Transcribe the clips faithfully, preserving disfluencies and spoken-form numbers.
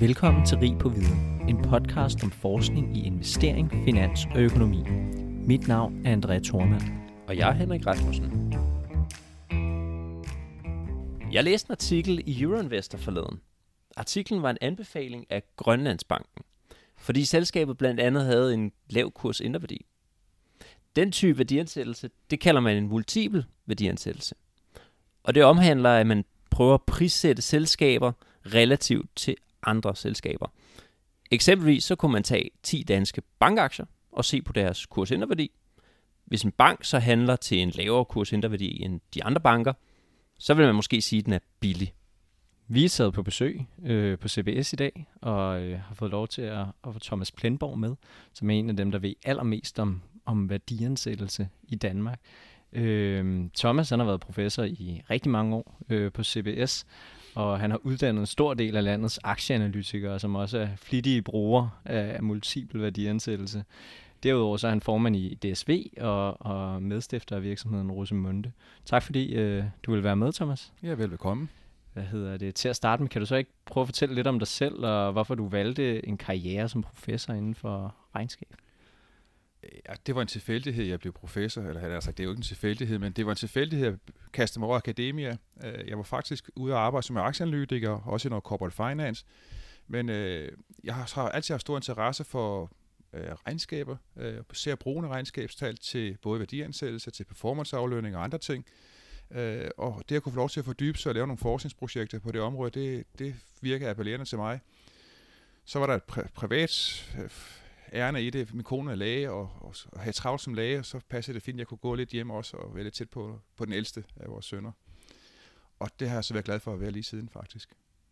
Velkommen til Rig på Viden, en podcast om forskning i investering, finans og økonomi. Mit navn er Andrea Thormann. Og jeg er Henrik Rasmussen. Jeg læste en artikel i Euroinvestor forleden. Artiklen var en anbefaling af Grønlandsbanken, fordi selskabet blandt andet havde en lav kurs inderværdi. Den type værdiansættelse, det kalder man en multipel værdiansættelse. Og det omhandler, at man prøver at prissætte selskaber relativt til andre selskaber. Eksempelvis så kunne man tage ti danske bankaktier og se på deres kursinterværdi. Hvis en bank så handler til en lavere kursinterværdi end de andre banker, så vil man måske sige, at den er billig. Vi er taget på besøg øh, på C B S i dag, og øh, har fået lov til at, at få Thomas Plenborg med, som er en af dem, der ved allermest om, om værdiansættelse i Danmark. Øh, Thomas han har været professor i rigtig mange år øh, på C B S, og han har uddannet en stor del af landets aktieanalytikere, som også er flittige brugere af, af multiple værdiansættelse. Derudover så er han formand i D S V og, og medstifter af virksomheden Rosemunde. Tak fordi øh, du vil være med, Thomas. Ja, velbekomme. Hvad hedder det? Til at starte med, kan du så ikke prøve at fortælle lidt om dig selv, og hvorfor du valgte en karriere som professor inden for regnskab? Ja, det var en tilfældighed, jeg blev professor, eller havde jeg sagt, det er jo ikke en tilfældighed, men det var en tilfældighed, at kaste mig over akademia. Jeg var faktisk ude at arbejde som aktieanalytiker, også i noget corporate finance, men øh, jeg har altid haft stor interesse for øh, regnskaber, øh, ser brugende regnskabstal til både værdiansættelse, til performanceaflønning og andre ting. Øh, og det at kunne få lov til at fordybe sig og lave nogle forskningsprojekter på det område, det, det virker appellerende til mig. Så var der et pri- privat øh, ærende i det. Min kone er læge, og, og, og have travlt som læge, og så passede det fint, at jeg kunne gå lidt hjem også, og være lidt tæt på, på den ældste af vores sønner. Og det har jeg så været glad for at være lige siden, faktisk.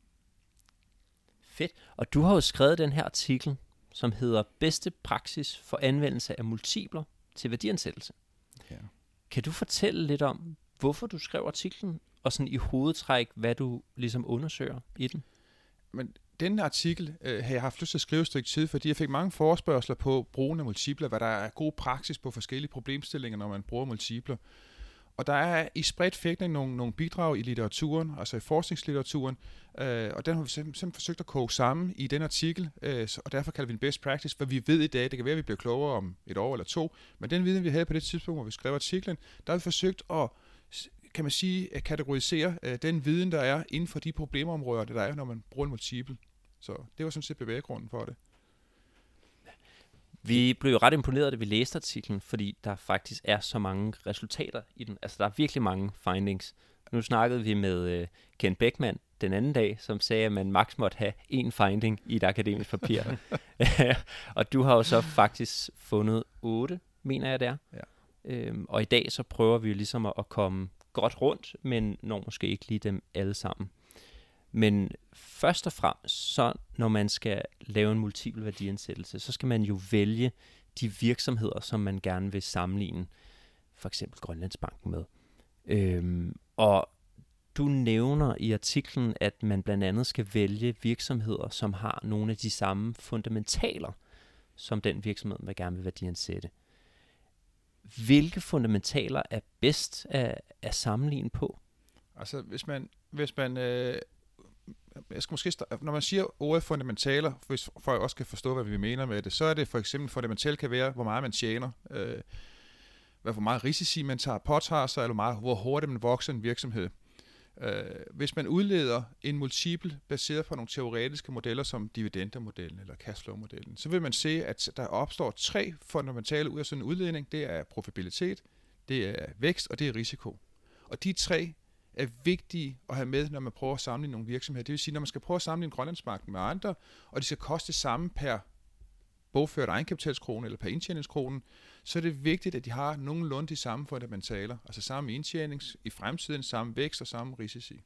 Fedt. Og du har jo skrevet den her artikel, som hedder Bedste praksis for anvendelse af multipler til værdiansættelse. Ja. Kan du fortælle lidt om, hvorfor du skrev artiklen, og sådan i hovedtræk, hvad du ligesom undersøger i den? Men denne artikel øh, har jeg haft lyst til at skrive et stykke tid, fordi jeg fik mange forespørgsler på brugen af multipler, hvad der er god praksis på forskellige problemstillinger, når man bruger multipler. Og der er i spredt fægtning nogle, nogle bidrag i litteraturen, altså i forskningslitteraturen, øh, og den har vi simpelthen forsøgt at koge sammen i den artikel, øh, og derfor kalder vi den best practice, for vi ved i dag, det kan være, at vi bliver klogere om et år eller to, men den viden, vi havde på det tidspunkt, hvor vi skrev artiklen, der har vi forsøgt at, kan man sige, at kategorisere øh, den viden, der er inden for de problemområder, der er, når man bruger en multiple. Så det var sådan set bevæggrunden for det. Vi blev jo ret imponeret, da vi læste artiklen, fordi der faktisk er så mange resultater i den. Altså, der er virkelig mange findings. Nu snakkede vi med uh, Ken Beckmann den anden dag, som sagde, at man maks måtte have én finding i et akademisk papir. Og du har jo så faktisk fundet otte, mener jeg det er. Ja. Øhm, og i dag så prøver vi jo ligesom at, at komme godt rundt, men når måske ikke lige dem alle sammen. Men først og fremmest, så når man skal lave en multiple værdiansættelse, så skal man jo vælge de virksomheder, som man gerne vil sammenligne for eksempel Grønlandsbanken med. Øhm, og du nævner i artiklen, at man blandt andet skal vælge virksomheder, som har nogle af de samme fundamentaler, som den virksomhed, man gerne vil værdiansætte. Hvilke fundamentaler er bedst at, at sammenligne på? Altså, hvis man... Hvis man øh Jeg skal måske starte, når man siger ordet fundamentaler, hvis folk også kan forstå, hvad vi mener med det, så er det for eksempel fundamentalt kan være, hvor meget man tjener, øh, hvor meget risici man tager, påtager sig, eller meget, hvor hurtigt man vokser en virksomhed. Øh, hvis man udleder en multiple baseret på nogle teoretiske modeller som dividendermodellen eller cashflow-modellen, så vil man se, at der opstår tre fundamentale ud af sådan en udledning. Det er profitabilitet, det er vækst og det er risiko. Og de tre er vigtige at have med, når man prøver at sammenligne nogle virksomheder. Det vil sige, når man skal prøve at sammenligne Grønlandsbanken med andre, og de skal koste samme per bogført egenkapitalskrone eller per indtjeningskrone, så er det vigtigt, at de har nogenlunde de samme fundamentaler, altså samme indtjening i fremtiden, samme vækst og samme risici.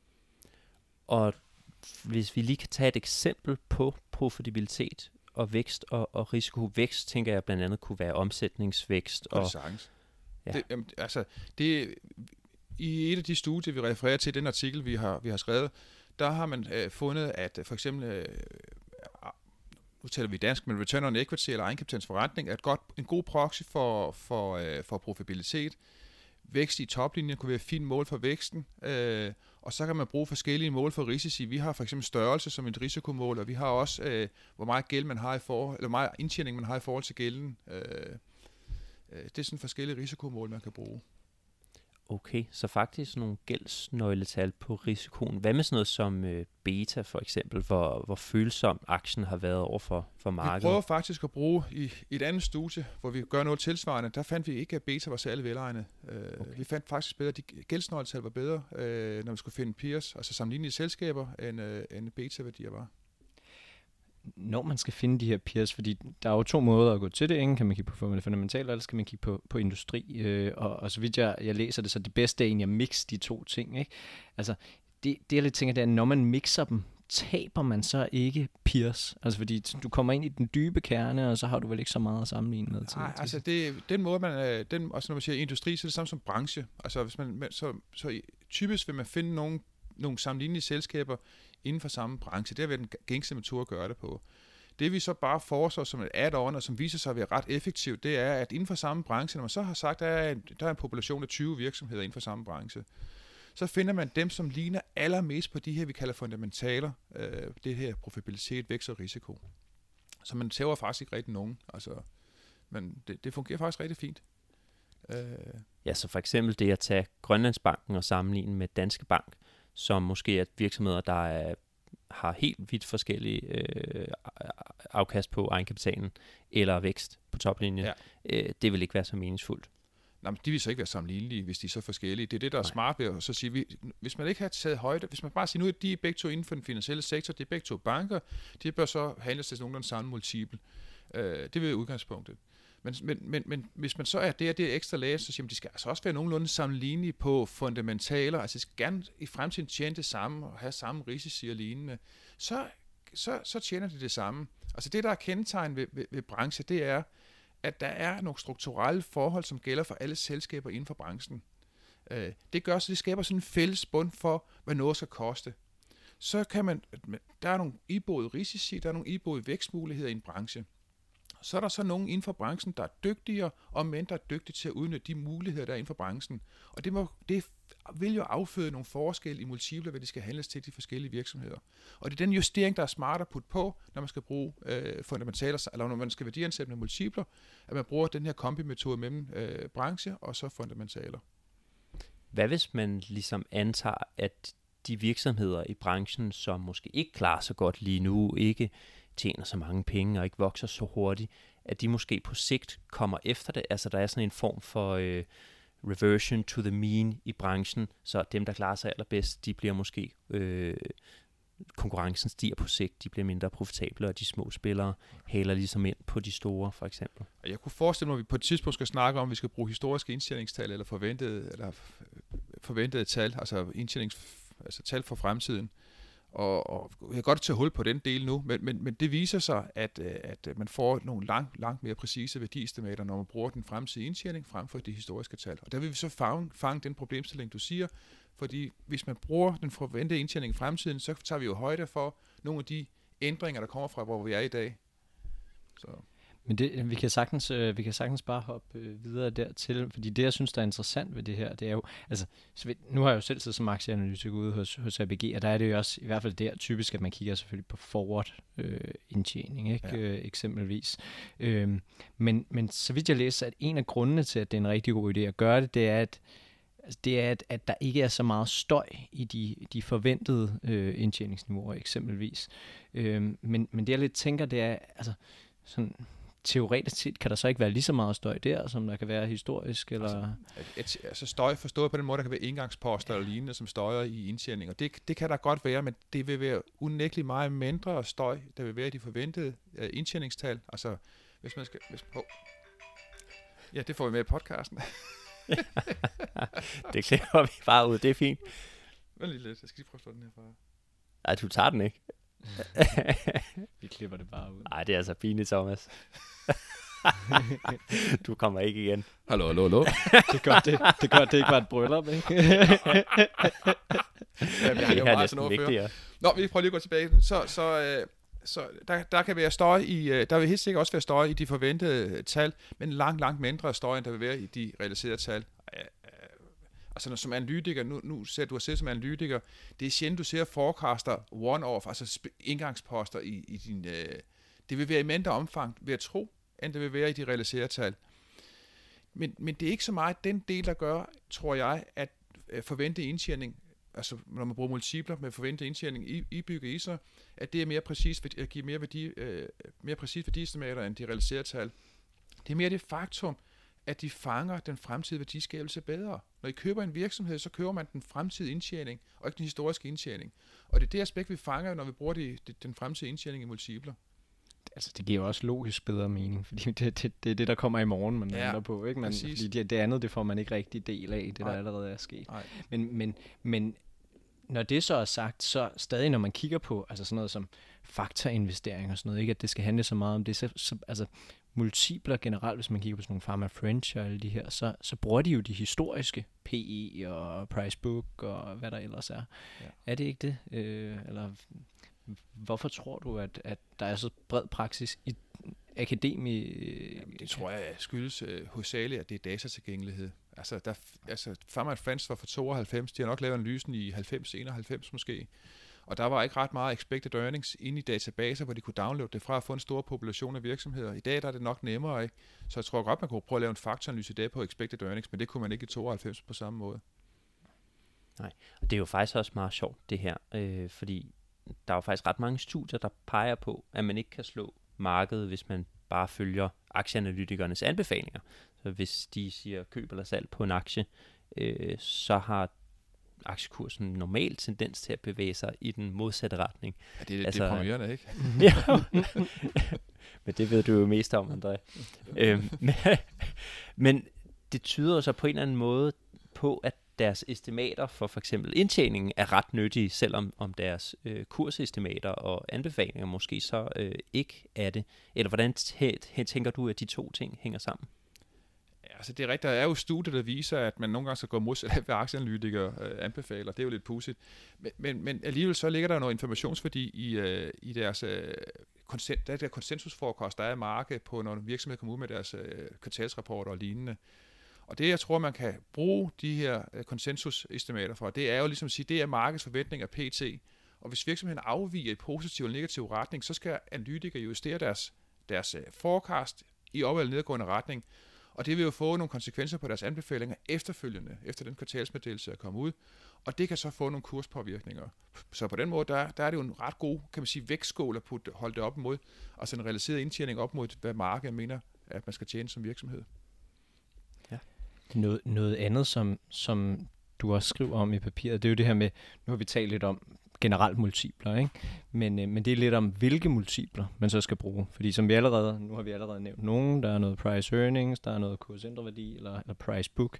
Og hvis vi lige kan tage et eksempel på profitabilitet og vækst og, og risikovækst, tænker jeg blandt andet kunne være omsætningsvækst. Og, og ja. det, jamen, altså, det I et af de studier, vi refererer til, den artikel, vi har, vi har skrevet, der har man øh, fundet, at for eksempel, øh, nu taler vi dansk, men return on equity eller egenkapitalsforretning er et godt, en god proxy for, for, øh, for profitabilitet. Vækst i toplinjen kunne være et fint mål for væksten, øh, Og så kan man bruge forskellige mål for risici. Vi har for eksempel størrelse som et risikomål, og vi har også, øh, hvor meget gæld man har i forhold, eller hvor meget indtjening man har i forhold til gælden. Øh, øh, det er sådan forskellige risikomål, man kan bruge. Okay, så faktisk nogle gældsnøgletal på risikoen. Hvad med sådan noget som øh, beta for eksempel, hvor, hvor følsom aktien har været over for, for markedet? Vi prøver faktisk at bruge i, i et andet studie, hvor vi gør noget tilsvarende. Der fandt vi ikke, at beta var særlig velegnet. Øh, okay. Vi fandt faktisk bedre, at de gældsnøgletal var bedre, øh, når vi skulle finde peers, altså sammenlignelige selskaber, end, øh, end beta-værdier var. Når man skal finde de her peers, fordi der er jo to måder at gå til det. Ingen kan man kigge på fundamentalt, eller skal man kigge på, på industri. Øh, og, og så vidt jeg, jeg læser det, så det bedste er egentlig at mixe de to ting. Ikke? Altså, det, det jeg lidt tænker, det er, når man mixer dem, taber man så ikke peers? Altså, fordi du kommer ind i den dybe kerne, og så har du vel ikke så meget at sammenligne med til. Nej, altså det, den måde, man, den, også når man siger industri, så er det samme som branche. Altså, hvis man, så, så typisk vil man finde nogle, nogle sammenlignelige selskaber inden for samme branche. Det har været den gængse metode at gøre det på. Det vi så bare foreslår som et add-on, og som viser sig at være ret effektivt, det er, at inden for samme branche, når man så har sagt, at der er en, der er en population af tyve virksomheder inden for samme branche, så finder man dem, som ligner allermest på de her, vi kalder fundamentaler, øh, det her profitabilitet, vækst og risiko. Så man tæver faktisk ikke rigtig nogen. Altså, men det, det fungerer faktisk rigtig fint. Øh. Ja, så for eksempel det at tage Grønlandsbanken og sammenligne med Danske Bank, som måske er virksomheder, der er, har helt vidt forskellige øh, afkast på egenkapitalen, eller vækst på toplinjen. Ja. Øh, det vil ikke være så meningsfuldt. Nej, men de vil så ikke være sammenlignelige, hvis de er så forskellige. Det er det, der er Nej. smart ved at så sige, vi, hvis man ikke har taget højde, hvis man bare siger, nu er de begge to inden for den finansielle sektor, det er begge to banker, de bør så handles til nogenlunde samme multiple. Øh, det vil være udgangspunktet. Men, men, men, men hvis man så er det, det er ekstra lag, så siger man, de skal altså også være nogenlunde sammenlignelige på fundamentaler, altså de skal gerne i fremtiden tjene det samme, og have samme risici og lignende, så, så, så tjener de det samme. Altså det, der er kendetegn ved, ved, ved branche, det er, at der er nogle strukturelle forhold, som gælder for alle selskaber inden for branchen. Øh, det gør så, det skaber sådan en fælles bund for, hvad noget skal koste. Så kan man, der er nogle iboende risici, der er nogle iboende vækstmuligheder i en branche. Så er der så nogen inden for branchen, der er dygtigere og mindre dygtige til at udnytte de muligheder, der er inden for branchen. Og det, må, det vil jo afføde nogle forskelle i multipler, hvad de skal handles til de forskellige virksomheder. Og det er den justering, der er smart at putte på, når man skal bruge øh, fundamentaler, eller når man skal værdiansætte med multipler, at man bruger den her kombimetode mellem øh, branche og så fundamentaler. Hvad hvis man ligesom antager, at de virksomheder i branchen, som måske ikke klarer så godt lige nu, ikke tjener så mange penge og ikke vokser så hurtigt, at de måske på sigt kommer efter det. Altså der er sådan en form for øh, reversion to the mean i branchen, så dem, der klarer sig allerbedst, de bliver måske, øh, konkurrencen stiger på sigt, de bliver mindre profitable, og de små spillere haler ligesom ind på de store, for eksempel. Jeg kunne forestille mig, at vi på et tidspunkt skal snakke om, at vi skal bruge historiske indtjeningstal, eller forventede, eller forventede tal, altså indtjenings, altså tal for fremtiden. Og, og jeg kan godt tage hul på den del nu, men, men, men det viser sig, at, at man får nogle langt, langt mere præcise værdiestimater, når man bruger den fremtidige indtjening frem for de historiske tal. Og der vil vi så fange, fange den problemstilling, du siger, fordi hvis man bruger den forventede indtjening i fremtiden, så tager vi jo højde for nogle af de ændringer, der kommer fra, hvor vi er i dag. Så. Men det, vi, kan sagtens, øh, vi kan sagtens bare hoppe øh, videre dertil, fordi det, jeg synes, der er interessant ved det her, det er jo, altså, så vi, nu har jeg jo selv siddet som aktieanalytiker ude hos, hos A B G, og der er det jo også, i hvert fald der, typisk, at man kigger selvfølgelig på forward øh, indtjening, ikke? Ja. Øh, eksempelvis. Øh, men, men så vidt jeg læser, at en af grundene til, at det er en rigtig god idé at gøre det, det er, at Altså det er, at, at der ikke er så meget støj i de, de forventede øh, indtjeningsniveauer, eksempelvis. Øh, men, men det, jeg lidt tænker, det er, altså sådan teoretisk set, kan der så ikke være lige så meget støj der, som der kan være historisk? Eller? Altså, et, altså støj forstået på den måde, der kan være engangsposter eller lignende, som støjer i indtjening. Og det, det kan der godt være, men det vil være unægteligt meget mindre støj, der vil være i de forventede øh, indtjeningstal. Altså, hvis man skal... Hvis, oh. Ja, det får vi med i podcasten. Det klipper vi bare ud, det er fint. Vent lige lidt, jeg skal lige prøve at slå den her fra. Nej, du tager den ikke. Vi klipper det bare ud. Nej, det er altså pinligt, Thomas. Du kommer ikke igen. Hallo, hallo, hallo. Det er godt, det, det, er godt, det ikke var et bryllup, ikke? Ja, jeg har jo meget sådan noget før. Nå, vi prøver lige at gå tilbage. Så, så, øh, så der, der kan være støj i, øh, der vil helt sikkert også være støj i de forventede tal, men langt, langt mindre støj, end der vil være i de realiserede tal. Altså når, som analytiker, nu, nu ser du selv som analytiker, det er sjældent, du ser forecaster one-off, altså indgangsposter i, i din... Øh, det vil være i mindre omfang, ved at tro, end det vil være i de realiserede tal. Men, men det er ikke så meget den del, der gør, tror jeg, at øh, forvente indtjening, altså når man bruger multipler med forventet indtjening i, i bygget i sig, at det er mere præcis, at give mere, værdi, øh, mere præcis værdiestimater end de realiserede tal. Det er mere det faktum, at de fanger den fremtidige værdiskabelse bedre. Når I køber en virksomhed, så køber man den fremtidige indtjening, og ikke den historiske indtjening. Og det er det aspekt, vi fanger, når vi bruger de, de, den fremtidige indtjening i multipler. Altså, det giver også logisk bedre mening, fordi det, det, det er det, der kommer i morgen, man ja, handler på, ikke? Man, fordi det, det andet, det får man ikke rigtig del af, det Nej. der allerede er sket. Nej. Men, men, men når det så er sagt, så stadig, når man kigger på altså sådan noget som faktorinvestering og sådan noget, ikke at det skal handle så meget om det, så, så altså multipler generelt, hvis man kigger på sådan nogle Pharma French og alle de her, så, så bruger de jo de historiske P E og price book og hvad der ellers er. Ja. Er det ikke det? Øh, eller hvorfor tror du, at, at der er så bred praksis i akademi? Jamen, det tror jeg skyldes øh, hovedsageligt, at det er datatilgængelighed. Altså, der, altså Pharma French var fra tooghalvfems, de har nok lavet analysen i halvfems enoghalvfems måske. Og der var ikke ret meget expected earnings inde i databaser, hvor de kunne downloade det fra at få en stor population af virksomheder. I dag der er det nok nemmere, ikke? Så jeg tror godt, man kunne prøve at lave en faktoranalyse i dag på expected earnings, men det kunne man ikke i tooghalvfems på samme måde. Nej, og det er jo faktisk også meget sjovt det her, øh, fordi der er jo faktisk ret mange studier, der peger på, at man ikke kan slå markedet, hvis man bare følger aktieanalytikernes anbefalinger. Så hvis de siger køb eller salg på en aktie, øh, så har aktiekursen normalt tendens til at bevæge sig i den modsatte retning. Ja, det er altså, deprimerende, ikke? Ja, men det ved du jo mest om, André. øhm, men, men det tyder så på en eller anden måde på, at deres estimater for for eksempel indtjeningen er ret nyttige, selvom om deres øh, kursestimater og anbefalinger måske så øh, ikke er det. Eller hvordan t- tænker du, at de to ting hænger sammen? Ja, altså det er rigtigt. Der er jo studier, der viser, at man nogle gange skal gå modsat af, hvad aktieanalytikere øh, anbefaler. Det er jo lidt pudsigt. Men, men, men alligevel så ligger der noget informationsværdi i, øh, i deres øh, konsen- der, der konsensusforecast, der er i markedet på, når virksomheder kommer ud med deres øh, kvartalsrapporter og lignende. Og det, jeg tror, man kan bruge de her øh, konsensusestimater for, det er jo ligesom at sige, det er markedets forventninger P T. Og hvis virksomheden afviger i positiv eller negativ retning, så skal analytikere justere deres, deres øh, forecast i op- eller nedgående retning. Og det vil jo få nogle konsekvenser på deres anbefalinger efterfølgende, efter den kvartalsmeddelelse er kommet ud. Og det kan så få nogle kurspåvirkninger. Så på den måde, der, der er det jo en ret god, kan man sige, vægtskål at putte, holde det op mod, altså en realiseret indtjening op mod, hvad markedet mener, at man skal tjene som virksomhed. Ja. Noget, noget andet, som, som du også skriver om i papiret, det er jo det her med, nu har vi talt lidt om generelt multipler, ikke? Men, øh, men det er lidt om, hvilke multipler man så skal bruge. Fordi som vi allerede, nu har vi allerede nævnt nogen, der er noget price earnings, der er noget kursændreværdi eller, eller price book.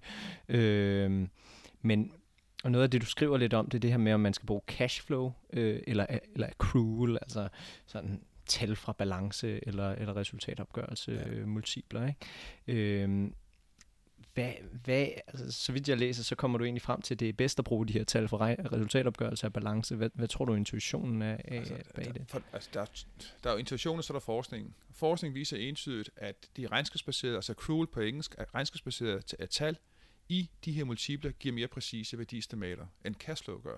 Øh, men og noget af det, du skriver lidt om, det er det her med, om man skal bruge cashflow øh, eller, eller accrual, altså sådan tal fra balance eller, eller resultatopgørelse ja. øh, multipler, ikke? Øh, Hvad, hvad, altså, så vidt jeg læser, så kommer du egentlig frem til, at det er bedst at bruge de her tal for resultatopgørelse af balance. Hvad, hvad tror du, intuitionen er af, altså, bag der, det? For, altså, der, der er jo intuition, og så er der forskning. Forskning viser entydigt, at de regnskabsbaserede, altså accrual på engelsk, regnskabsbaserede tal i de her multipler giver mere præcise værdiestimater, end cashflow gør.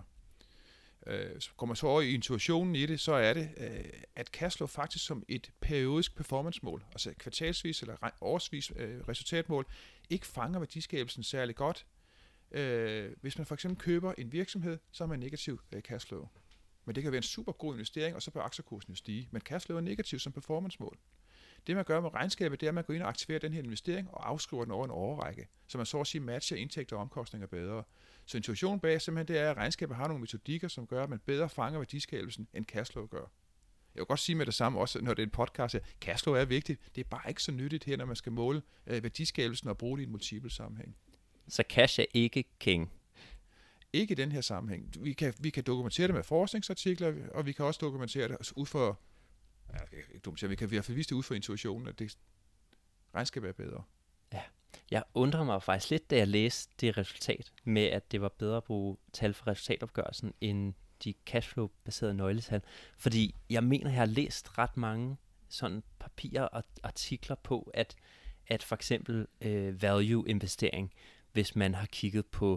Øh, så kommer man så over i intuitionen i det, så er det, øh, at cashflow faktisk som et periodisk performance-mål, altså kvartalsvis eller årsvis øh, resultatmål, ikke fanger værdiskabelsen særlig godt. Øh, hvis man for eksempel køber en virksomhed, så har man negativ øh, cashflow. Men det kan være en super god investering, og så bør aktiekursen jo stige. Men cashflow er negativ som performance-mål. Det man gør med regnskabet, det er, at man går ind og aktiverer den her investering og afskriver den over en overrække, så man så at sige matcher indtægter og omkostninger bedre. Så intuitionen bag simpelthen det er, at regnskabet har nogle metodikker, som gør, at man bedre fanger værdiskabelsen, end cashflow gør. Jeg vil godt sige med det samme, også når det er en podcast, at cashflow er vigtigt. Det er bare ikke så nyttigt her, når man skal måle øh, værdiskabelsen og bruge det i en multiple sammenhæng. Så cash er ikke king? Ikke i den her sammenhæng. Vi kan, vi kan dokumentere det med forskningsartikler, og vi kan også dokumentere det ud for, ja, ikke dokumentere, vi kan i hvert fald vise det ud for intuitionen, at det regnskabet er bedre. Ja, jeg undrer mig faktisk lidt, da jeg læste det resultat med, at det var bedre at bruge tal for resultatopgørelsen end de cashflow-baserede nøgletal. Fordi jeg mener, jeg har læst ret mange sådan papirer og artikler på, at, at for eksempel øh, value-investering, hvis man har kigget på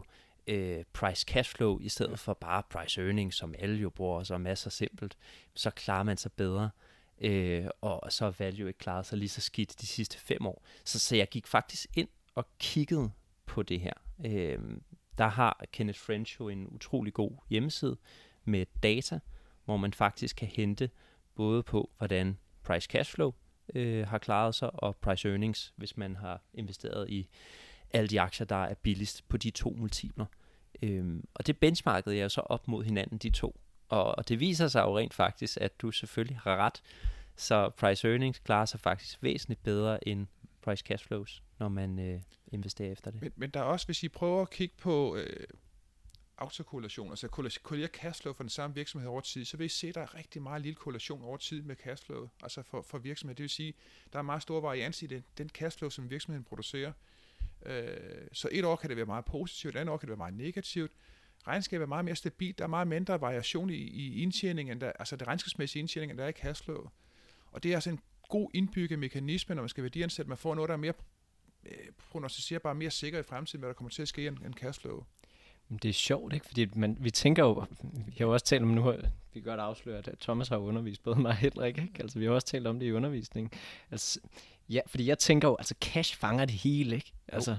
øh, price cash flow, i stedet for bare price earnings, som alle jo bruger, og så er masser simpelt, så klarer man sig bedre. Øh, og så har value ikke klaret sig lige så skidt de sidste fem år. Så, så jeg gik faktisk ind og kiggede på det her. Øh, der har Kenneth French jo en utrolig god hjemmeside med data, hvor man faktisk kan hente både på, hvordan price cash flow øh, har klaret sig, og price earnings, hvis man har investeret i alle de aktier, der er billigst på de to multipler. Øhm, og det benchmarkede jeg så op mod hinanden, de to. Og, og det viser sig jo rent faktisk, at du selvfølgelig har ret. Så price earnings klarer sig faktisk væsentligt bedre end price cash flows, når man øh, investerer efter det. Men, men der er også, hvis I prøver at kigge på øh, autokorrelation, altså korrelere cashflow for den samme virksomhed over tid, så vil I se, at der er rigtig meget lille korrelation over tid med cashflow, altså for, for virksomheden. Det vil sige, der er meget stor varians i den, den cashflow, som virksomheden producerer. Øh, så et år kan det være meget positivt, et andet år kan det være meget negativt. Regnskabet er meget mere stabilt, der er meget mindre variation i, i indtjeningen, der, altså det regnskabsmæssige indtjening, end der er i cashflow. Og det er altså en god indbygget mekanisme, når man skal værdiansætte, man får noget, der er mere øh, prognosticerbart, mere sikker i fremtiden, hvad der kommer til at ske en, en cashflow. Det er sjovt, ikke? Fordi man, vi tænker jo, vi har jo også talt om nu, vi kan godt afsløre, at Thomas har undervist både mig og Henrik, ikke? Altså vi har også talt om det i undervisningen. Altså, ja, fordi jeg tænker jo, altså cash fanger det hele, ikke? Altså,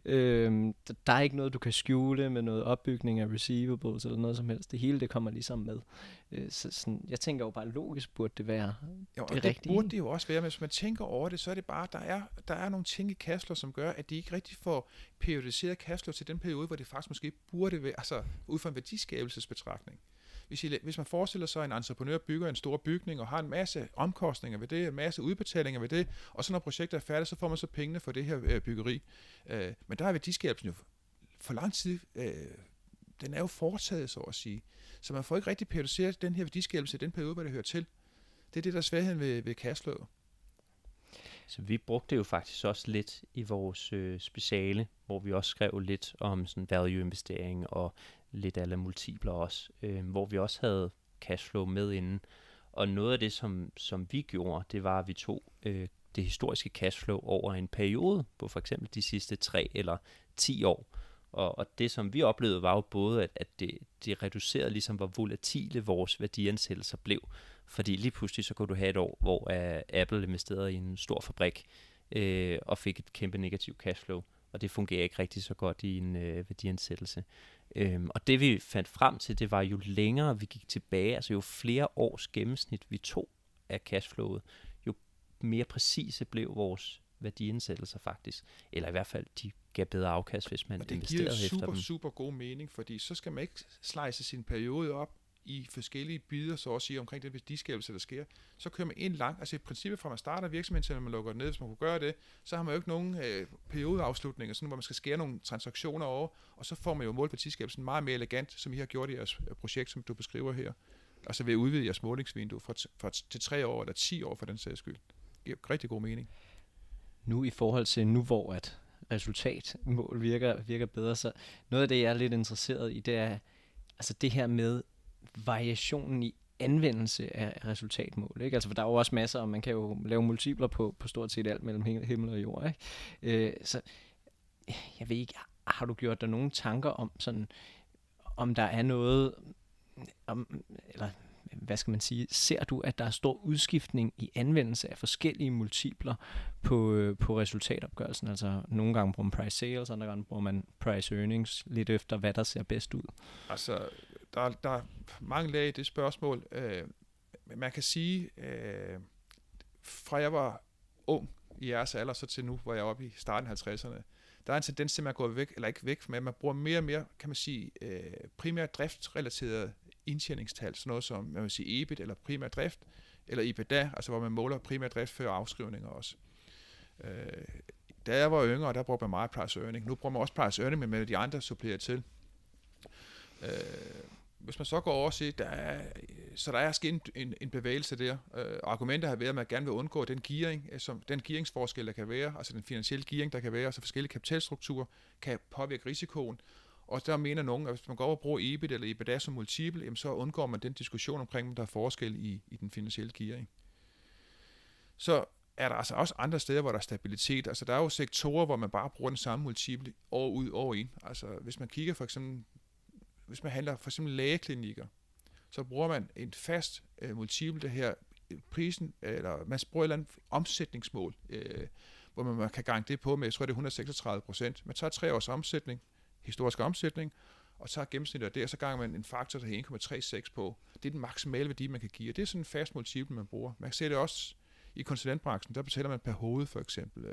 øhm, der, der er ikke noget, du kan skjule med noget opbygning af receivables eller noget som helst. Det hele, det kommer ligesom med. Øh, så sådan, jeg tænker jo bare, logisk burde det være ja, og det, det rigtige. burde det jo også være, men hvis man tænker over det, så er det bare, der er, der er nogle ting i cashflow, som gør, at de ikke rigtig får periodiseret cashflow til den periode, hvor det faktisk måske burde være, altså ud fra en værdiskabelsesbetragtning. Hvis, I, hvis man forestiller sig, at en entreprenør bygger en stor bygning og har en masse omkostninger ved det, en masse udbetalinger ved det, og så når projektet er færdigt, så får man så pengene for det her øh, byggeri. Øh, men der er værdiskabelsen jo for lang tid, øh, den er jo foretaget, så at sige. Så man får ikke rigtig periodiseret den her værdiskabelse i den periode, hvor det hører til. Det er det, der er svagheden ved, ved cashflow. Så vi brugte det jo faktisk også lidt i vores øh, speciale, hvor vi også skrev lidt om sådan value-investering og lidt alle multipler også, øh, hvor vi også havde cashflow med inden. Og noget af det, som, som vi gjorde, det var, at vi tog øh, det historiske cashflow over en periode på for eksempel de sidste tre eller ti år. Og, og det, som vi oplevede, var jo både, at, at det, det reducerede ligesom, hvor volatile vores værdiansættelser blev. Fordi lige pludselig, så kunne du have et år, hvor uh, Apple investerede i en stor fabrik øh, og fik et kæmpe negativt cashflow. Og det fungerer ikke rigtig så godt i en øh, værdiansættelse. Øhm, og det vi fandt frem til, det var jo længere vi gik tilbage, altså jo flere års gennemsnit vi tog af cashflowet, jo mere præcise blev vores værdiansættelser faktisk. Eller i hvert fald, de gav bedre afkast, hvis man investerede efter dem. Og det giver super, super god mening, fordi så skal man ikke slice sin periode op i forskellige bidder, så også sige omkring den værdiskabelse, der sker. Så kører man ind langt, altså i princippet fra man starter virksomheden til man lukker det ned, hvis man kunne gøre det, så har man jo ikke nogen øh, periodeafslutninger, sådan, hvor man skal skære nogle transaktioner over, og så får man jo målt værdiskabelsen meget mere elegant, som I har gjort i jeres projekt, som du beskriver her. Altså ved at udvide jeres målingsvindue fra, t- fra t- til tre år eller ti år for den sags skyld. Det giver rigtig god mening. Nu i forhold til nu, hvor at resultatmål virker, virker bedre, så noget af det, jeg er lidt interesseret i, det er altså det her med variationen i anvendelse af resultatmål, ikke? Altså, for der er jo også masser, og man kan jo lave multipler på, på stort set alt mellem himmel og jord, ikke? Øh, så jeg ved ikke, har du gjort dig nogle tanker om sådan, om der er noget, om, eller hvad skal man sige, ser du, at der er stor udskiftning i anvendelse af forskellige multipler på, på resultatopgørelsen? Altså, nogle gange bruger man price sales, andre gange bruger man price earnings, lidt efter, hvad der ser bedst ud. Altså, der, der er mange lag i det spørgsmål. Øh, man kan sige, øh, fra jeg var ung i jeres alder, så til nu, hvor jeg er oppe i starten af halvtredserne, der er en tendens til, at man går væk, eller ikke væk, men man bruger mere og mere, kan man sige, øh, primært driftsrelaterede indtjeningstal, sådan noget som, man vil sige, E B I T eller primær drift, eller EBITDA, altså hvor man måler primær drift før afskrivninger også. Øh, da jeg var yngre, der brugte man meget price earning. Nu bruger man også price earning, men med de andre supplerer til. Øh, hvis man så går over og siger, der er, så der er sket en, en, en bevægelse der. Øh, argumentet har været, at man gerne vil undgå den gearing, som, den gearingsforskel, der kan være, altså den finansielle gearing, der kan være, altså forskellige kapitalstrukturer, kan påvirke risikoen. Og der mener nogen, at hvis man går over og bruger E B I T eller EBITDA som multiple, jamen så undgår man den diskussion omkring, om der er forskel i, i den finansielle gearing. Så er der altså også andre steder, hvor der er stabilitet. Altså, der er jo sektorer, hvor man bare bruger den samme multiple år ud, år ind. Altså, hvis man kigger for eksempel, hvis man handler for eksempel lægeklinikker, så bruger man en fast øh, multiple, det her prisen, eller man bruger et eller andet omsætningsmål, øh, hvor man, man kan gange det på med, jeg tror det er et hundrede og seksogtredive procent. Man tager tre års omsætning, historisk omsætning, og tager gennemsnittet af det, og så ganger man en faktor, der hedder en komma tredive på. Det er den maksimale værdi, man kan give, og det er sådan en fast multiple, man bruger. Man kan se det også i konsulentbranchen, der betaler man per hoved, for eksempel.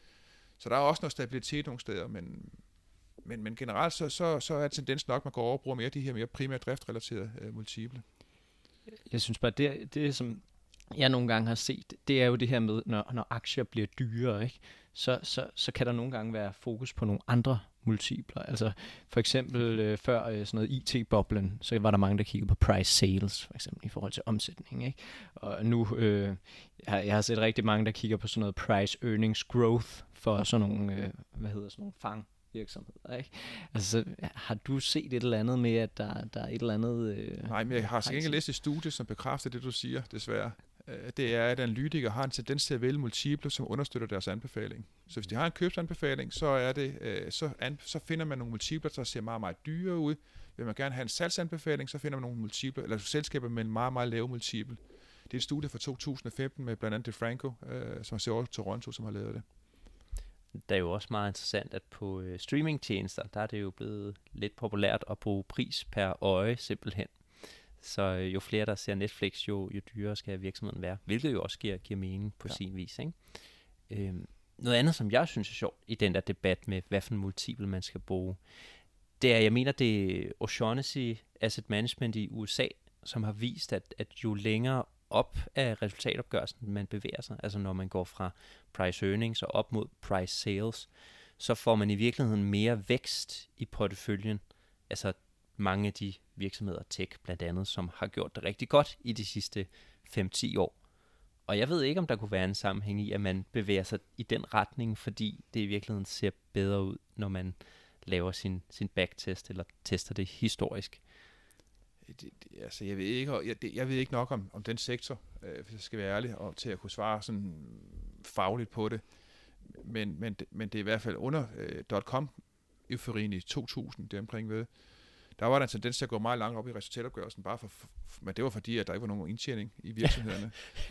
Så der er også noget stabilitet nogle steder, men, men, men generelt så, så, så er tendensen nok, at man går over og bruger mere de her mere primært driftrelaterede uh, multiple. Jeg synes bare, det, det som jeg nogle gange har set, det er jo det her med, når, når aktier bliver dyrere, ikke? Så, så, så kan der nogle gange være fokus på nogle andre multipler. Altså for eksempel øh, før øh, sådan noget I T-boblen, så var der mange, der kiggede på price sales, for eksempel i forhold til omsætning, ikke? Og nu, øh, jeg, jeg har set rigtig mange, der kigger på sådan noget price earnings growth for sådan nogle, øh, hvad hedder sådan nogle fang virksomheder, ikke? Altså, så, har du set et eller andet med, at der, der er et eller andet... Øh, Nej, men jeg har sikkert ikke læst et studie, som bekræfter det, du siger, desværre. Det er, at analytikere har en tendens til at vælge multiple, som understøtter deres anbefaling. Så hvis de har en købsanbefaling, så, er det, øh, så, an, så finder man nogle multipler, der ser meget, meget dyre ud. Vil man gerne have en salgsanbefaling, så finder man nogle multipler, eller selskaber med en meget, meget lave multiple. Det er et studie fra to tusind og femten med blandt andet DeFranco, øh, som ser over Toronto, som har lavet det. Det er jo også meget interessant, at på øh, streamingtjenester, der er det jo blevet lidt populært at bruge pris per øje simpelthen. Så øh, jo flere, der ser Netflix, jo, jo dyrere skal virksomheden være. Hvilket jo også giver, giver mening på ja. sin vis. Ikke? Øhm, noget andet, som jeg synes er sjovt i den der debat med, hvad for en multiple man skal bruge, det er, jeg mener, det er O'Shaughnessy Asset Management i U S A, som har vist, at, at jo længere op af resultatopgørelsen man bevæger sig, altså når man går fra price earnings og op mod price sales, så får man i virkeligheden mere vækst i porteføljen. Altså mange af de virksomheder, tech blandt andet, som har gjort det rigtig godt i de sidste fem til ti år. Og jeg ved ikke, om der kunne være en sammenhæng i, at man bevæger sig i den retning, fordi det i virkeligheden ser bedre ud, når man laver sin, sin backtest, eller tester det historisk. Det, det, altså, jeg ved ikke, jeg, det, jeg ved ikke nok om, om den sektor, øh, hvis jeg skal være ærlig, og til at kunne svare sådan fagligt på det. Men, men, men det er i hvert fald under øh, dot-com-euforien i to tusind, det omkring ved, der var der en tendens til at gå meget langt op i resultatopgørelsen, bare for, for, men det var fordi, at der ikke var nogen indtjening i virksomhederne.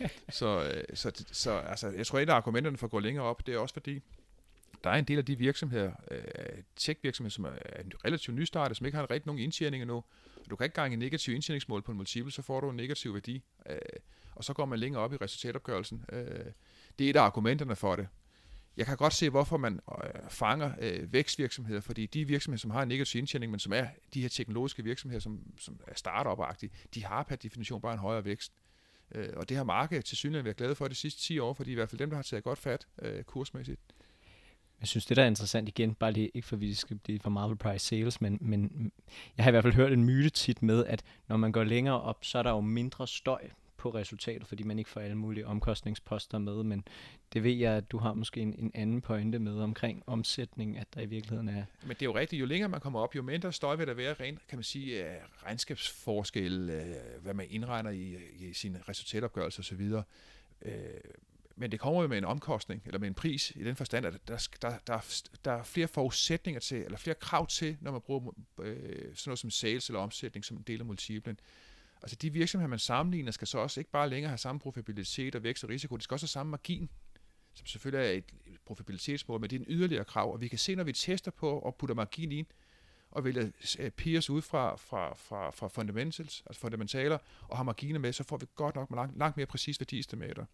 så øh, så, så altså, jeg tror, et af argumenterne for at gå længere op, det er også fordi, der er en del af de virksomheder, øh, tech-virksomheder, som er relativt nystartet, som ikke har rigtig nogen indtjening endnu. Du kan ikke gange en negativ indtjeningsmål på en multiple, så får du en negativ værdi, øh, og så går man længere op i resultatopgørelsen. Øh, det er et af argumenterne for det. Jeg kan godt se, hvorfor man øh, fanger øh, vækstvirksomheder, fordi de virksomheder, som har en negativ indtjening, men som er de her teknologiske virksomheder, som, som er startup-agtige, de har per definition bare en højere vækst. Øh, og det har markedet til synligheden været glade for de sidste ti år, fordi i hvert fald dem, der har taget godt fat øh, kursmæssigt. Jeg synes, det der er interessant igen, bare lige, ikke for vi skal blive for meget price sales, men, men jeg har i hvert fald hørt en myte tit med, at når man går længere op, så er der jo mindre støj på resultatet, fordi man ikke får alle mulige omkostningsposter med, men det ved jeg, at du har måske en, en anden pointe med omkring omsætning, at der i virkeligheden er... Men det er jo rigtigt, jo længere man kommer op, jo mindre støj vil der være rent, kan man sige, uh, regnskabsforskel, uh, hvad man indregner i, i sin resultatopgørelse osv. Uh, men det kommer jo med en omkostning, eller med en pris, i den forstand, at der, der, der, der er flere forudsætninger til, eller flere krav til, når man bruger øh, sådan noget som sales eller omsætning som en del af multiplen. Altså de virksomheder, man sammenligner, skal så også ikke bare længere have samme profitabilitet og vækst og risiko, de skal også have samme margin, som selvfølgelig er et profitabilitetsmål, men det er en yderligere krav, og vi kan se, når vi tester på og putter margin ind, og vælger peers ud fra, fra, fra, fra fundamentals, altså fundamentaler, og har marginer med, så får vi godt nok langt, langt mere præcis værdiestimater.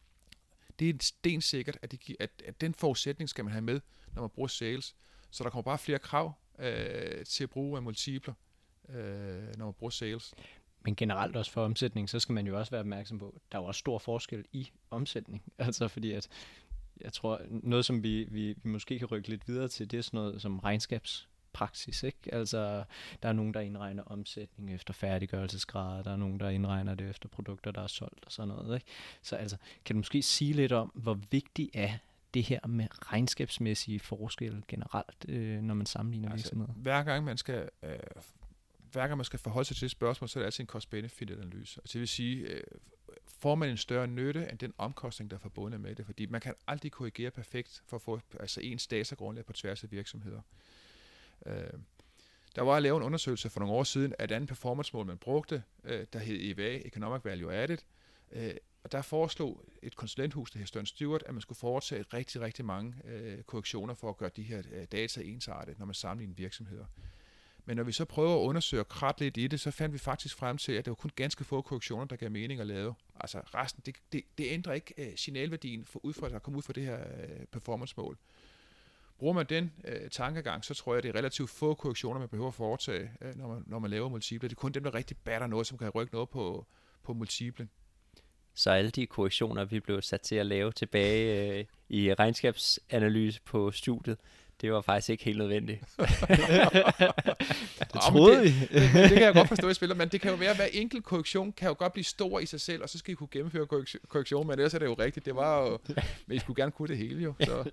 Det er stensikkert, at, de, at, at den forudsætning skal man have med, når man bruger sales. Så der kommer bare flere krav øh, til at bruge af multipler, øh, når man bruger sales. Men generelt også for omsætning, så skal man jo også være opmærksom på, at der er jo også stor forskel i omsætning. Altså fordi at, jeg tror, noget som vi, vi, vi måske kan rykke lidt videre til, det er sådan noget som regnskabs praksis, ikke? Altså, der er nogen, der indregner omsætning efter færdiggørelsesgrader, der er nogen, der indregner det efter produkter, der er solgt og sådan noget, ikke? Så altså, kan du måske sige lidt om, hvor vigtigt er det her med regnskabsmæssige forskelle generelt, øh, når man sammenligner altså, virksomheder? Hver gang man skal øh, hver gang man skal forholde sig til et spørgsmål, så er det altid en cost-benefit-analyse. Altså, det vil sige, øh, får man en større nytte end den omkostning, der er forbundet med det. Fordi man kan aldrig korrigere perfekt for at få altså ens datagrundlag på tværs af virksomheder. Øh, der var at lave en undersøgelse for nogle år siden af et andet performance-mål, man brugte, øh, der hed E V A, Economic Value Added. Øh, og der foreslog et konsulenthus, der hed Stern Stewart, at man skulle foretage rigtig, rigtig mange øh, korrektioner for at gøre de her øh, data ensartet, når man sammenligner virksomheder. Men når vi så prøver at undersøge krat lidt i det, så fandt vi faktisk frem til, at det var kun ganske få korrektioner, der gav mening at lave. Altså resten, det, det, det ændrer ikke uh, signalværdien for ud fra, at komme ud fra det her uh, performance-mål. Bruger man den uh, tankegang, så tror jeg, at det er relativt få korrektioner, man behøver at foretage, uh, når, man, når man laver multiple. Det er kun dem, der rigtig batter noget, som kan rykke noget på, på multiplen. Så alle de korrektioner, vi blev sat til at lave tilbage uh, i regnskabsanalyse på studiet, det var faktisk ikke helt nødvendigt. Det troede vi. det, det, det kan jeg godt forstå, i spiller, men det kan jo være, at hver enkelt korrektion kan jo godt blive stor i sig selv, og så skal I kunne gennemføre korrektion, men ellers er det jo rigtigt. Det var jo, men I skulle gerne kunne det hele jo. Så.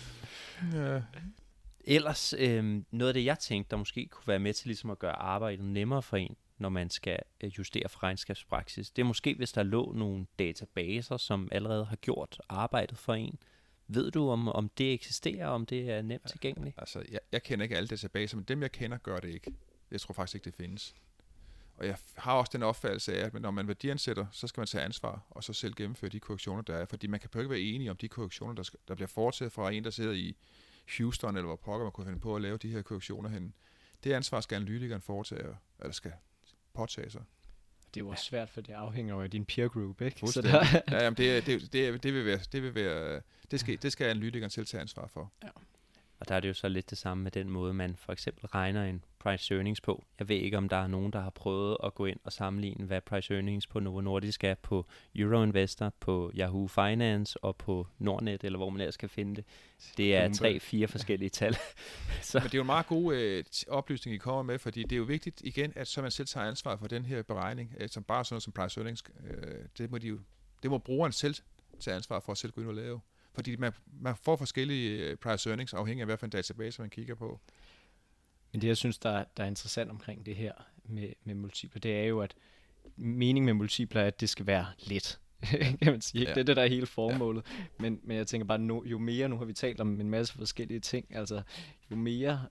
Ja. Ellers, øh, noget af det, jeg tænkte, der måske kunne være med til ligesom at gøre arbejdet nemmere for en, når man skal justere for regnskabspraksis, det er måske, hvis der lå nogle databaser, som allerede har gjort arbejdet for en. Ved du, om, om det eksisterer, om det er nemt tilgængeligt? Altså, jeg, jeg kender ikke alle databaser, men dem, jeg kender, gør det ikke. Jeg tror faktisk ikke, det findes. Og jeg har også den opfattelse af, at når man værdiansætter, så skal man tage ansvar, og så selv gennemføre de korrektioner, der er. Fordi man kan jo ikke være enige om de korrektioner, der, skal, der bliver foretaget fra en, der sidder i Houston, eller hvor pokker man kunne finde på at lave de her korrektioner henne. Det ansvar skal analytikeren foretage, eller skal påtage sig. Det er jo også svært, for det afhænger af din peer group, ikke? Så der... ja, jamen det, det, det, det vil være, det vil være, det skal, det skal analytikeren selv tage ansvar for. Ja. Og der er det jo så lidt det samme med den måde, man for eksempel regner en price earnings på. Jeg ved ikke, om der er nogen, der har prøvet at gå ind og sammenligne, hvad price earnings på Novo Nordisk er på Euroinvestor, på Yahoo Finance og på Nordnet, eller hvor man ellers skal finde det. Det er tre-fire forskellige tal. Så. Men det er jo en meget god øh, oplysning, I kommer med, fordi det er jo vigtigt igen, at så man selv tager ansvar for den her beregning, øh, som bare sådan noget som price earnings, øh, det, må de jo, det må brugeren selv tage ansvar for at selv gå ind og lave. Fordi man, man får forskellige price earnings, afhængig af hvilken database man kigger på. Men det, jeg synes, der er, der er interessant omkring det her med, med multipler, det er jo, at meningen med multipler er, at det skal være let. Kan man sige. Ja. Det er det, der er hele formålet. Ja. Men, men jeg tænker bare, no, jo mere, nu har vi talt om en masse forskellige ting, altså jo mere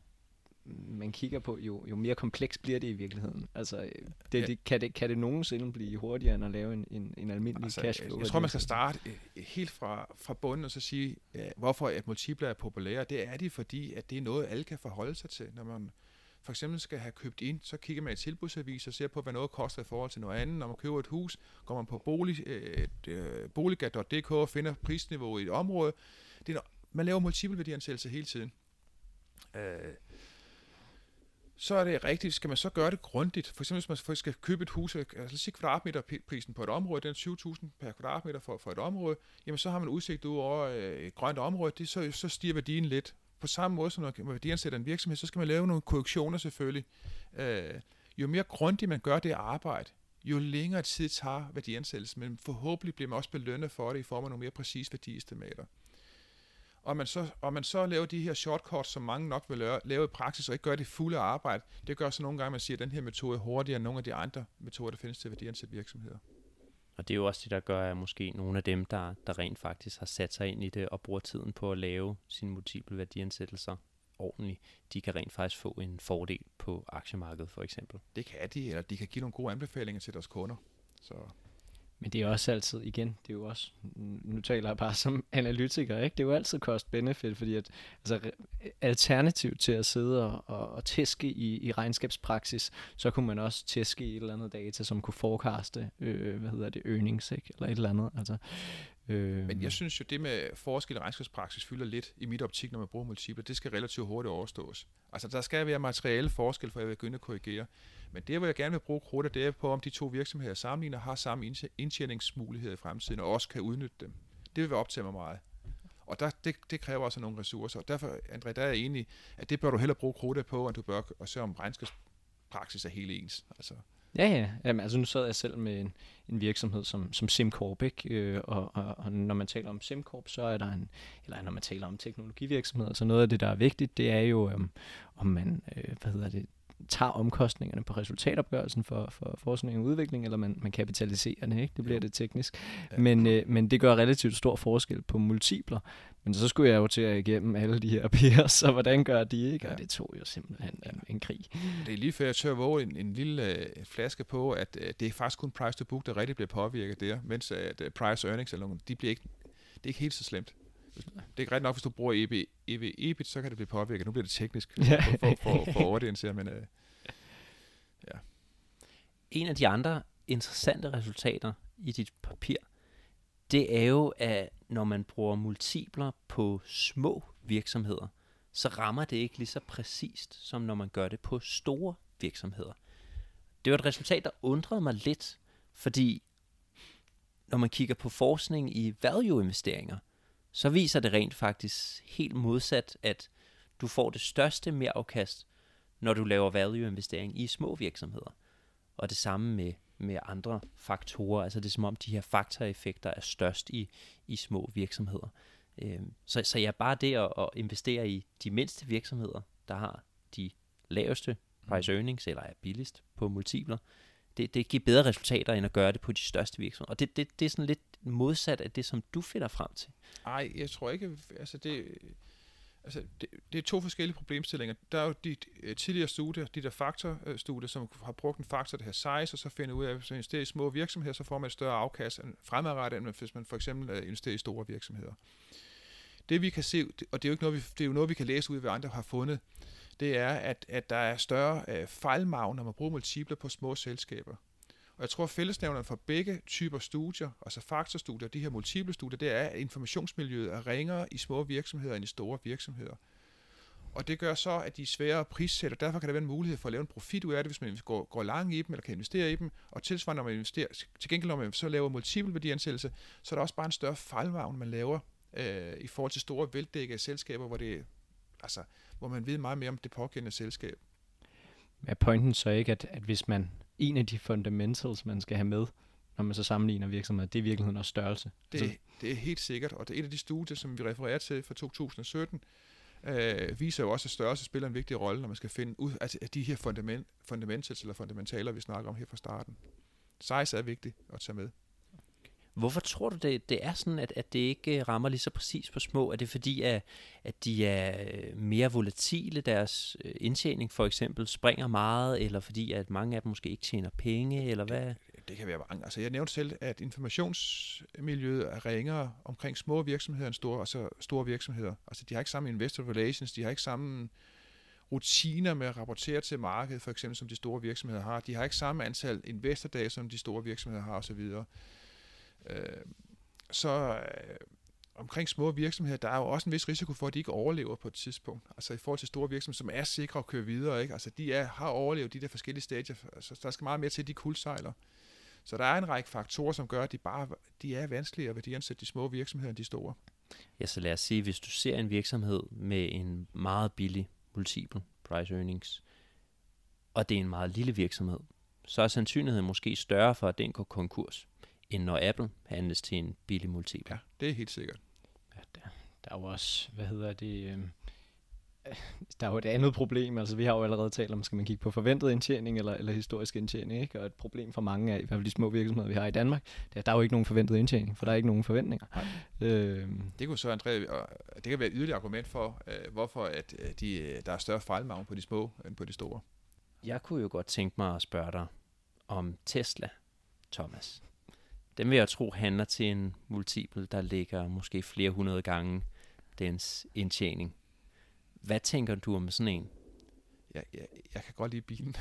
man kigger på, jo, jo mere kompleks bliver det i virkeligheden. Altså, det, ja. det, kan, det, kan det nogensinde blive hurtigere end at lave en, en, en almindelig altså, cashflow? Jeg tror, man skal starte helt fra, fra bunden og så sige, ja, hvorfor at multipler er populære. Det er de, fordi at det er noget, alle kan forholde sig til. Når man for eksempel skal have købt ind, så kigger man i tilbudsavis og ser på, hvad noget koster i forhold til noget andet. Når man køber et hus, går man på bolig, øh, boliggat punktum d k og finder prisniveauet i et område. Det er, man laver multipleværdiansættelse hele tiden. Øh, så er det rigtigt. Skal man så gøre det grundigt? For eksempel, hvis man skal købe et hus, altså sige kvadratmeterprisen på et område, den er tyve tusind per kvadratmeter for, for et område, jamen så har man udsigt ud over et grønt område, det, så, så stiger værdien lidt. På samme måde, som når man værdiansætter en virksomhed, så skal man lave nogle korrektioner selvfølgelig. Øh, jo mere grundigt man gør det arbejde, jo længere tid tager værdiansættelsen, men forhåbentlig bliver man også belønnet for det i form af nogle mere præcise værdiestimater. Og man, så, og man så laver de her shortcuts, som mange nok vil lave, lave i praksis, og ikke gøre det fulde arbejde. Det gør så nogle gange, at man siger, at den her metode er hurtigere end nogle af de andre metoder, der findes til værdiansætte virksomheder. Og det er jo også det, der gør, at måske nogle af dem, der, der rent faktisk har sat sig ind i det og bruger tiden på at lave sine multiple værdiansættelser ordentligt, de kan rent faktisk få en fordel på aktiemarkedet for eksempel. Det kan de, eller de kan give nogle gode anbefalinger til deres kunder. Så... Men det er også altid, igen, det er jo også, nu taler jeg bare som analytiker, ikke? Det er jo altid cost-benefit, fordi at, altså, alternativ til at sidde og, og, og tæske i, i regnskabspraksis, så kunne man også tæske i et eller andet data, som kunne forecaste, øh, hvad hedder det, earnings, ikke? Eller et eller andet, altså. Øh. Men jeg synes jo, det med forskel i regnskabspraksis fylder lidt i mit optik, når man bruger multipler. Det skal relativt hurtigt overstås. Altså, der skal være materielle forskel, for at jeg vil begynde at korrigere. Men det, hvor jeg gerne vil bruge krudter, det er på, om de to virksomheder sammenligner har samme indtjeningsmuligheder i fremtiden, og også kan udnytte dem. Det vil være op til mig meget. Og der, det, det kræver også nogle ressourcer. Og derfor, André, der er jeg enig, at det bør du hellere bruge krudter på, end du bør og se om regnskabspraksis er helt ens. Altså. Ja, ja. Jamen, altså nu sad jeg selv med en, en virksomhed som, som SimCorp, ikke? Øh, og, og, og når man taler om SimCorp, så er der en, eller når man taler om teknologivirksomheder, så noget af det, der er vigtigt, det er jo, um, om man, øh, hvad hedder det, tager omkostningerne på resultatopgørelsen for, for forskning og udvikling, eller man, man kapitaliserer det, ikke? Det bliver jo. det teknisk. Ja. Men, øh, men det gør relativt stor forskel på multipler. Men så skulle jeg jo til at igennem alle de her peers, så hvordan gør de, ikke? Ja. Og det tog jo simpelthen ja. en, en krig. Det er lige før jeg tør våge en, en lille øh, flaske på, at øh, det er faktisk kun price to book, der rigtig bliver påvirket der, mens at øh, price earnings, eller nogen, de bliver ikke, det er ikke helt så slemt. Det er ikke ret nok, hvis du bruger E V, E V, E B I T, så kan det blive påvirket. Nu bliver det teknisk Ja. for, for, for, for overdelen, men øh, ja. En af de andre interessante resultater i dit papir, det er jo, at når man bruger multipler på små virksomheder, så rammer det ikke lige så præcist, som når man gør det på store virksomheder. Det var et resultat, der undrede mig lidt, fordi når man kigger på forskning i value-investeringer, så viser det rent faktisk helt modsat, at du får det største merafkast, når du laver value-investering i små virksomheder. Og det samme med, med andre faktorer. Altså det er som om, de her faktoreffekter er størst i, i små virksomheder. Øhm, så, så ja, bare det at, at investere i de mindste virksomheder, der har de laveste price earnings, eller er billigst på multipler, det, det giver bedre resultater, end at gøre det på de største virksomheder. Og det, det, det er sådan lidt modsat af det, som du finder frem til. Ej, jeg tror ikke, altså det, altså det, det er to forskellige problemstillinger. Der er jo de tidligere studier, de der faktorstudier, som har brugt en faktor, der her size, og så finder ud af, at hvis man investerer i små virksomheder, så får man et større afkast fremadrettet, end hvis man for eksempel investerer i store virksomheder. Det vi kan se, og det er jo ikke noget, vi, det er jo noget, vi kan læse ud, hvad andre har fundet, det er, at, at der er større øh, fejlmargin, når man bruger multipler på små selskaber. Og jeg tror, at fællesnævneren for begge typer studier, altså faktorstudier, de her multiple studier, det er, at informationsmiljøet er ringere i små virksomheder end i store virksomheder. Og det gør så, at de er svære at prissætte, og derfor kan der være en mulighed for at lave en profit ud af det, hvis man går, går langt i dem, eller kan investere i dem. Og tilsvarende, når man investerer, til gengæld når man så laver multiple værdiansættelse, så er der også bare en større fejlmargin, man laver øh, i forhold til store veldækkede selskaber, hvor, det, altså, hvor man ved meget mere om det pågældende selskab. Er pointen så ikke, at, at hvis man en af de fundamentals, man skal have med, når man så sammenligner virksomheder, det er i virkeligheden også størrelse? Det, altså, det er helt sikkert, og det er et af de studier, som vi refererer til fra to tusind og sytten, øh, viser jo også, at størrelse spiller en vigtig rolle, når man skal finde ud af, af de her fundament, fundamentals eller fundamentaler, vi snakker om her fra starten. Size er vigtigt at tage med. Hvorfor tror du, det, det er sådan, at, at det ikke rammer lige så præcis på små? Er det fordi, at, at de er mere volatile, deres indtjening for eksempel springer meget, eller fordi at mange af dem måske ikke tjener penge, eller hvad? Det, det kan være mange. Altså, jeg nævnte selv, at informationsmiljøet er ringere omkring små virksomheder end store, altså store virksomheder. Altså, de har ikke samme investor relations, de har ikke samme rutiner med at rapportere til markedet, for eksempel som de store virksomheder har. De har ikke samme antal investordage, som de store virksomheder har osv. Øh, så øh, omkring små virksomheder, der er jo også en vis risiko for, at de ikke overlever på et tidspunkt. Altså i forhold til store virksomheder, som er sikre at køre videre, ikke? Altså de er, har overlevet de der forskellige stadier, altså der skal meget mere til, at de kuldsejler. Så der er en række faktorer, som gør, at de bare de er vanskeligere at værdiansætte de små virksomheder end de store. Ja, så lad os sige, hvis du ser en virksomhed med en meget billig multiple price earnings, og det er en meget lille virksomhed, så er sandsynligheden måske større for, at den går konkurs, end når Apple handles til en billig multiple. Ja, det er helt sikkert. Ja, der, der er jo også, hvad hedder det, øh, der er jo et andet problem. Altså vi har jo allerede talt om, skal man kigge på forventet indtjening eller, eller historisk indtjening, ikke? Og et problem for mange af, i hvert fald de små virksomheder, vi har i Danmark, det er, der er jo ikke nogen forventet indtjening, for der er ikke nogen forventninger. Øh, det kunne så, André, det kan være et yderligere argument for, øh, hvorfor at, de, der er større fejlmargin på de små end på de store. Jeg kunne jo godt tænke mig at spørge dig om Tesla, Thomas. Den vil jeg tro handler til en multiple, der ligger måske flere hundrede gange dens indtjening. Hvad tænker du om sådan en? Jeg, jeg, jeg kan godt lide bilen.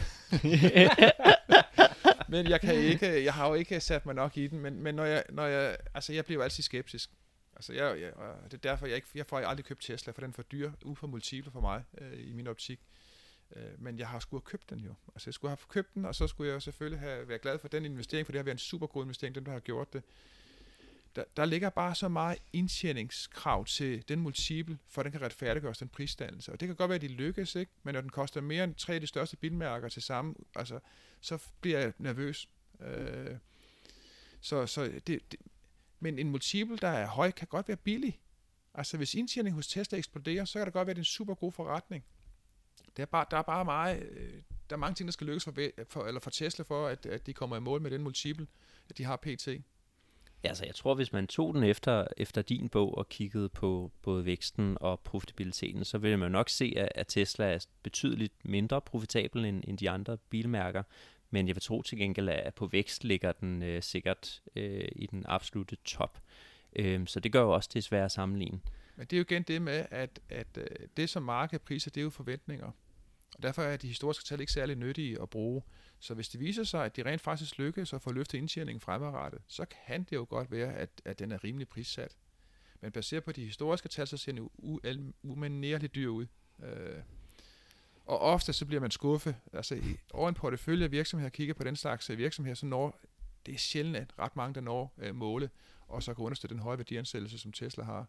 Men jeg kan ikke, jeg har jo ikke sat mig nok i den, men, men når jeg, når jeg, altså jeg bliver jo altid skeptisk. Altså jeg, jeg, det er derfor, jeg ikke, jeg får aldrig købt Tesla, for den er for dyr, ude for multiple for mig, øh, i min optik. Men jeg har sgu have købt den jo. Altså jeg skulle have købt den, og så skulle jeg selvfølgelig have været glad for den investering, for det har været en super god investering, den der har gjort det. Der, der ligger bare så meget indtjeningskrav til den multiple, for den kan retfærdiggøres den prisdannelse. Og det kan godt være, at de lykkes, ikke? Men når den koster mere end tre af de største bilmærker til sammen, altså, så bliver jeg nervøs. Øh, så, så det, det, men en multiple, der er høj, kan godt være billig. Altså hvis indtjening hos Tesla eksploderer, så kan det godt være, at det er en super god forretning. Det er bare, der er bare meget, der er mange ting, der skal lykkes for, for, eller for Tesla for, at, at de kommer i mål med den multiple, at de har P T. Ja, altså jeg tror, hvis man tog den efter, efter din bog og kiggede på både væksten og profitabiliteten, så ville man nok se, at, at Tesla er betydeligt mindre profitabel end, end de andre bilmærker. Men jeg vil tro til gengæld, at på vækst ligger den øh, sikkert øh, i den absolute top. Øh, så det gør jo også det svært at sammenligne. Men det er jo igen det med, at, at øh, det som markedpriser, det er jo forventninger. Og derfor er de historiske tal ikke særlig nyttige at bruge. Så hvis det viser sig, at de rent faktisk lykkes at få løftet indtjeningen fremadrettet, så kan det jo godt være, at, at den er rimelig prissat. Men baseret på de historiske tal, så ser den jo umanerligt dyr ud. Øh, og ofte så bliver man skuffet. Altså over en portefølje af virksomheder, kigger på den slags virksomheder, så når det er sjældent, at ret mange der når øh, måle, og så kan understøtte den høje værdiansættelse, som Tesla har.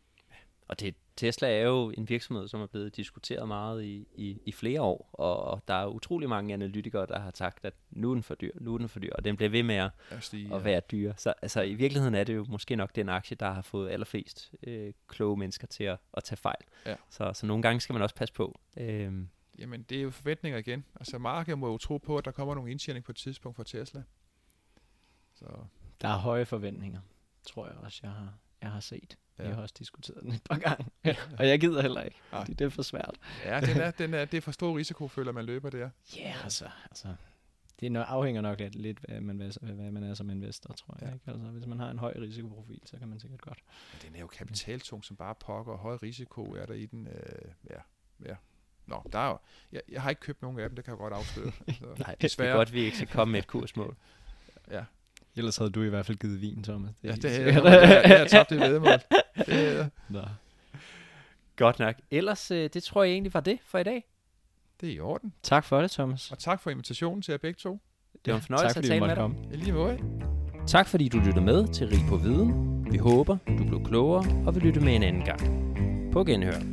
Og det, Tesla er jo en virksomhed, som er blevet diskuteret meget i, i, i flere år, og, og der er utrolig mange analytikere, der har sagt, at nu er den for dyr, nu er den for dyr, og den bliver ved med at, stige, at være dyr. Så altså, i virkeligheden er det jo måske nok den aktie, der har fået allerflest øh, kloge mennesker til at, at tage fejl. Ja. Så, så nogle gange skal man også passe på. Øhm. Jamen, det er jo forventninger igen. Altså, markedet må jo tro på, at der kommer nogle indtjening på et tidspunkt for Tesla. Så. Der er høje forventninger, tror jeg også, jeg har, jeg har set. Ja. Jeg har også diskuteret den et par gange, og jeg gider heller ikke, fordi det er for svært. Ja, den er, den er, det er for stor risiko, føler man løber der. Ja, yeah, altså, altså, det nok, afhænger nok lidt, lidt hvad, man, hvad man er som investor, tror jeg. Ja. Ikke? Altså, hvis man har en høj risikoprofil, så kan man sikkert godt. Men den er jo kapitaltung, som bare pokker, og høj risiko er der i den. Øh, ja, ja. Nå, der er jo, jeg, jeg har ikke købt nogen af dem, det kan jeg godt afsløre. Så, Nej, det er godt, vi ikke skal komme med et kursmål. Ja. Ellers havde du i hvert fald givet vin, Thomas. Det ja, det havde jeg. Jeg har tabt det vedmål. Nå. Godt nok. Ellers, det tror jeg egentlig var det for i dag. Det er i orden. Tak for det, Thomas. Og tak for invitationen til jer begge to. Det var en fornøjelse at tale med dig. I lige måde. Tak fordi du lyttede med til Rig på Viden. Vi håber, du blev klogere og vil lytte med en anden gang. På genhør.